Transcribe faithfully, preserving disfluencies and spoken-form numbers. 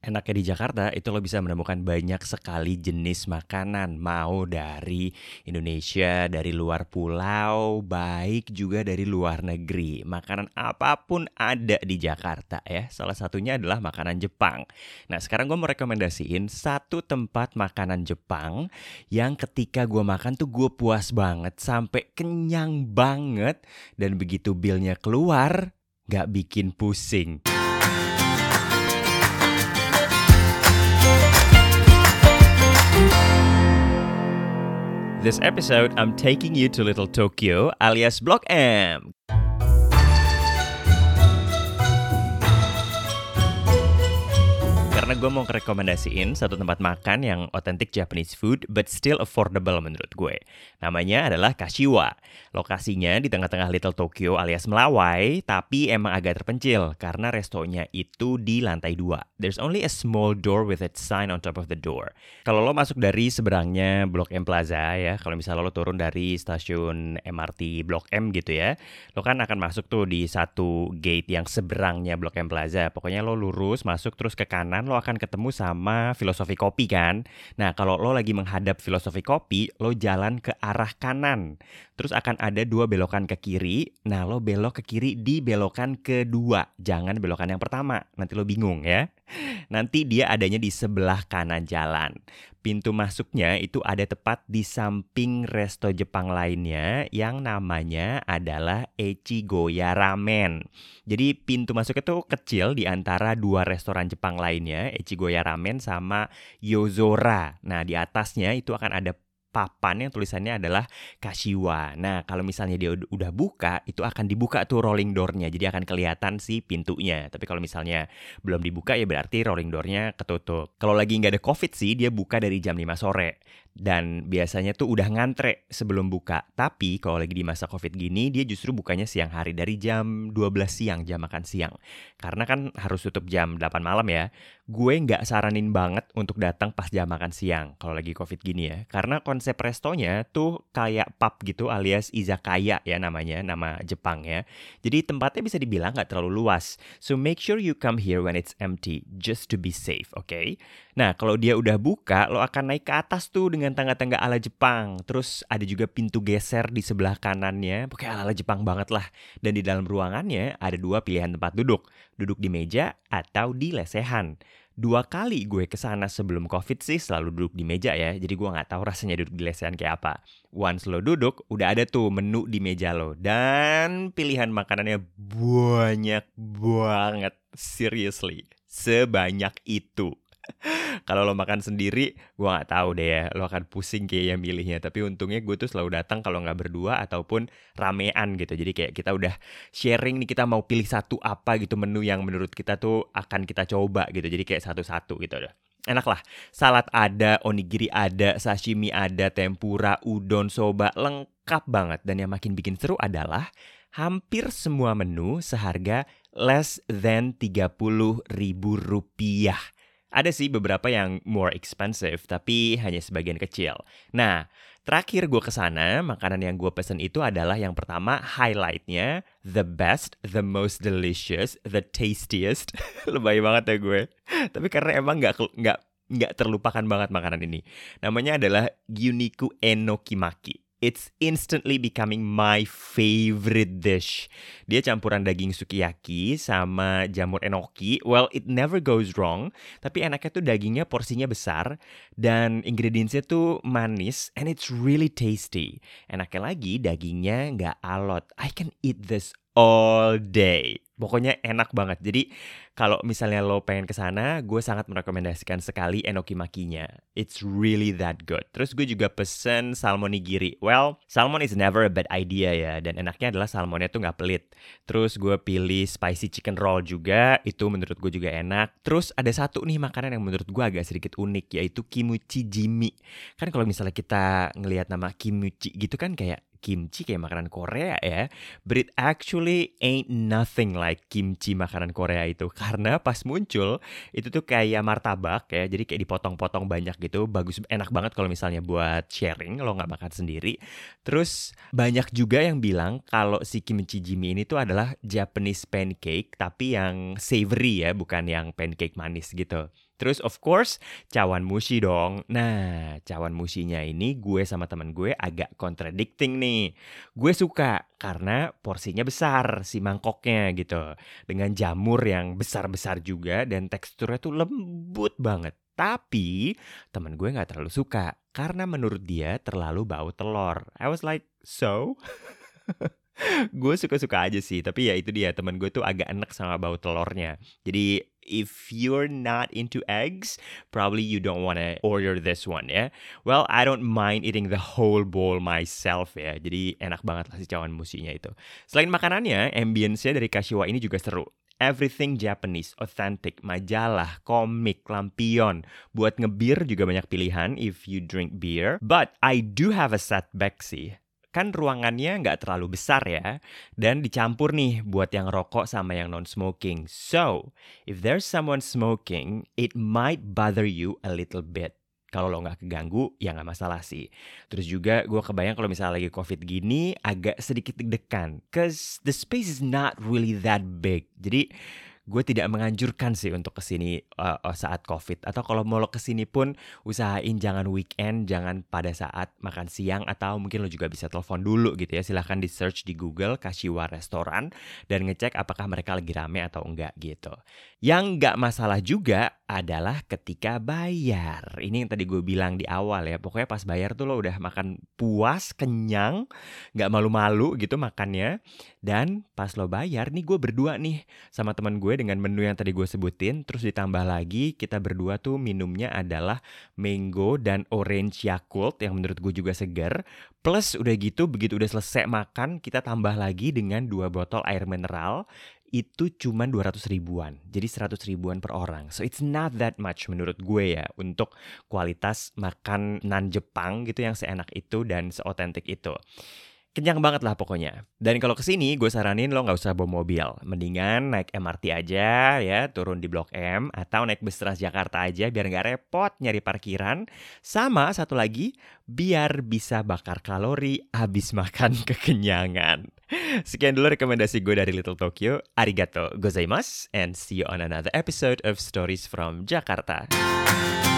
Enaknya di Jakarta itu lo bisa menemukan banyak sekali jenis makanan, mau dari Indonesia, dari luar pulau, baik juga dari luar negeri. Makanan apapun ada di Jakarta ya. Salah satunya adalah makanan Jepang. Nah, sekarang gue mau rekomendasiin satu tempat makanan Jepang yang ketika gue makan tuh gue puas banget, sampai kenyang banget, dan begitu bilnya keluar, gak bikin pusing. This episode, I'm taking you to Little Tokyo alias Blok M. Karena gue mau rekomendasiin satu tempat makan yang authentic Japanese food but still affordable menurut gue. Namanya adalah Kashiwa. Lokasinya di tengah-tengah Little Tokyo alias Melawai, tapi emang agak terpencil karena restonya itu di lantai dua. There's only a small door with its sign on top of the door. Kalau lo masuk dari seberangnya Blok M Plaza ya, kalau misalnya lo turun dari stasiun M R T Blok M gitu ya, lo kan akan masuk tuh di satu gate yang seberangnya Blok M Plaza. Pokoknya lo lurus masuk terus ke kanan, lo akan ketemu sama Filosofi Kopi kan. Nah, kalau lo lagi menghadap Filosofi Kopi, lo jalan ke arah kanan. Terus akan ada dua belokan ke kiri. Nah, lo belok ke kiri di belokan kedua. Jangan belokan yang pertama. Nanti lo bingung ya. Nanti dia adanya di sebelah kanan jalan. Pintu masuknya itu ada tepat di samping resto Jepang lainnya yang namanya adalah Echigoya Ramen. Jadi pintu masuknya tuh kecil di antara dua restoran Jepang lainnya, Echigoya Ramen sama Yozora. Nah, di atasnya itu akan ada papan yang tulisannya adalah Kashiwa. Nah, kalau misalnya dia udah buka, itu akan dibuka tuh rolling door-nya. Jadi akan kelihatan si pintunya. Tapi kalau misalnya belum dibuka, ya berarti rolling door-nya ketutup. Kalau lagi nggak ada COVID sih, dia buka dari jam lima sore. Dan biasanya tuh udah ngantre sebelum buka. Tapi kalau lagi di masa COVID gini, dia justru bukanya siang hari. Dari jam dua belas siang, jam makan siang. Karena kan harus tutup jam delapan malam ya. Gue nggak saranin banget untuk datang pas jam makan siang kalau lagi COVID gini ya. Karena konsep restonya tuh kayak pub gitu alias izakaya ya namanya, nama Jepang ya. Jadi tempatnya bisa dibilang nggak terlalu luas. So make sure you come here when it's empty, just to be safe, oke? Okay? Nah, kalau dia udah buka, lo akan naik ke atas tuh dengan tangga-tangga ala Jepang. Terus ada juga pintu geser di sebelah kanannya, pokoknya ala Jepang banget lah. Dan di dalam ruangannya ada dua pilihan tempat duduk. Duduk di meja atau di lesehan. Dua kali gue kesana sebelum COVID sih selalu duduk di meja ya. Jadi gue gak tahu rasanya duduk di lesehan kayak apa. Once lo duduk, udah ada tuh menu di meja lo. Dan pilihan makanannya banyak banget. Seriously, sebanyak itu. Kalau lo makan sendiri, gue gak tahu deh ya, lo akan pusing kayaknya milihnya. Tapi untungnya gue tuh selalu datang kalau gak berdua ataupun ramean gitu. Jadi kayak kita udah sharing nih, kita mau pilih satu apa gitu, menu yang menurut kita tuh akan kita coba gitu. Jadi kayak satu-satu gitu udah. Enak lah, salad ada, onigiri ada, sashimi ada, tempura, udon, soba, lengkap banget. Dan yang makin bikin seru adalah hampir semua menu seharga less than tiga puluh ribu rupiah. Ada sih beberapa yang more expensive, tapi hanya sebagian kecil. Nah, terakhir gue kesana, makanan yang gue pesen itu adalah yang pertama highlightnya, the best, the most delicious, the tastiest. Lebay banget ya gue. Tapi karena emang nggak nggak nggak terlupakan banget makanan ini. Namanya adalah Gyuniku Enokimaki. It's instantly becoming my favorite dish. Dia campuran daging sukiyaki sama jamur enoki. Well, it never goes wrong. Tapi enaknya tuh dagingnya porsinya besar. Dan ingredientsnya tuh manis. And it's really tasty. Enaknya lagi dagingnya nggak alot. I can eat this all day. Pokoknya enak banget. Jadi kalau misalnya lo pengen kesana, gue sangat merekomendasikan sekali enokimakinya. It's really that good. Terus gue juga pesen salmon nigiri. Well, salmon is never a bad idea ya. Dan enaknya adalah salmonnya tuh gak pelit. Terus gue pilih spicy chicken roll juga. Itu menurut gue juga enak. Terus ada satu nih makanan yang menurut gue agak sedikit unik, yaitu kimchi jjimmye. Kan kalau misalnya kita ngelihat nama kimchi gitu kan kayak kimchi kayak makanan Korea ya. But it actually ain't nothing like kimchi makanan Korea itu. Karena pas muncul, itu tuh kayak martabak ya. Jadi kayak dipotong-potong banyak gitu. Bagus, enak banget kalau misalnya buat sharing, lo gak makan sendiri. Terus banyak juga yang bilang kalau si kimchi jjimmye ini tuh adalah Japanese pancake, tapi yang savory ya, bukan yang pancake manis gitu. Terus of course, cawan mushi dong. Nah, cawan mushinya ini gue sama teman gue agak contradicting nih. Gue suka karena porsinya besar si mangkoknya gitu. Dengan jamur yang besar-besar juga dan teksturnya tuh lembut banget. Tapi teman gue gak terlalu suka karena menurut dia terlalu bau telur. I was like, so? Gue suka-suka aja sih, tapi ya itu dia, teman gue tuh agak enek sama bau telurnya. Jadi if you're not into eggs, probably you don't wanna order this one ya. Well, I don't mind eating the whole bowl myself ya. Jadi enak banget lah si cawan mushinya itu. Selain makanannya, ambience-nya dari Kashiwa ini juga seru. Everything Japanese, authentic, majalah, komik, lampion. Buat ngebir juga banyak pilihan if you drink beer. But I do have a setback sih. Kan ruangannya nggak terlalu besar ya, dan dicampur nih buat yang rokok sama yang non-smoking. So, if there's someone smoking, it might bother you a little bit. Kalau lo nggak keganggu, ya nggak masalah sih. Terus juga gue kebayang kalau misalnya lagi COVID gini, agak sedikit deg-degan. Cause the space is not really that big. Jadi gue tidak menganjurkan sih untuk kesini uh, uh, saat COVID. Atau kalau mau lo kesini pun usahain jangan weekend, jangan pada saat makan siang. Atau mungkin lo juga bisa telepon dulu gitu ya. Silahkan di search di Google Kashiwa Restoran dan ngecek apakah mereka lagi rame atau enggak gitu. Yang nggak masalah juga adalah ketika bayar. Ini yang tadi gue bilang di awal ya. Pokoknya pas bayar tuh lo udah makan puas, kenyang, nggak malu-malu gitu makannya. Dan pas lo bayar nih gue berdua nih sama teman gue dengan menu yang tadi gue sebutin. Terus ditambah lagi kita berdua tuh minumnya adalah mango dan orange Yakult yang menurut gue juga segar. Plus udah gitu begitu udah selesai makan kita tambah lagi dengan dua botol air mineral. Itu cuma dua ratus ribuan, jadi seratus ribuan per orang. So it's not that much menurut gue ya untuk kualitas makan nan Jepang gitu yang seenak itu dan seotentik itu. Kenyang banget lah pokoknya. Dan kalau kesini gue saranin lo gak usah bawa mobil. Mendingan naik M R T aja ya, turun di Blok M. Atau naik bus Transjakarta aja biar gak repot nyari parkiran. Sama satu lagi, biar bisa bakar kalori abis makan kekenyangan. Sekian dulu rekomendasi gue dari Little Tokyo. Arigato gozaimasu and see you on another episode of Stories from Jakarta.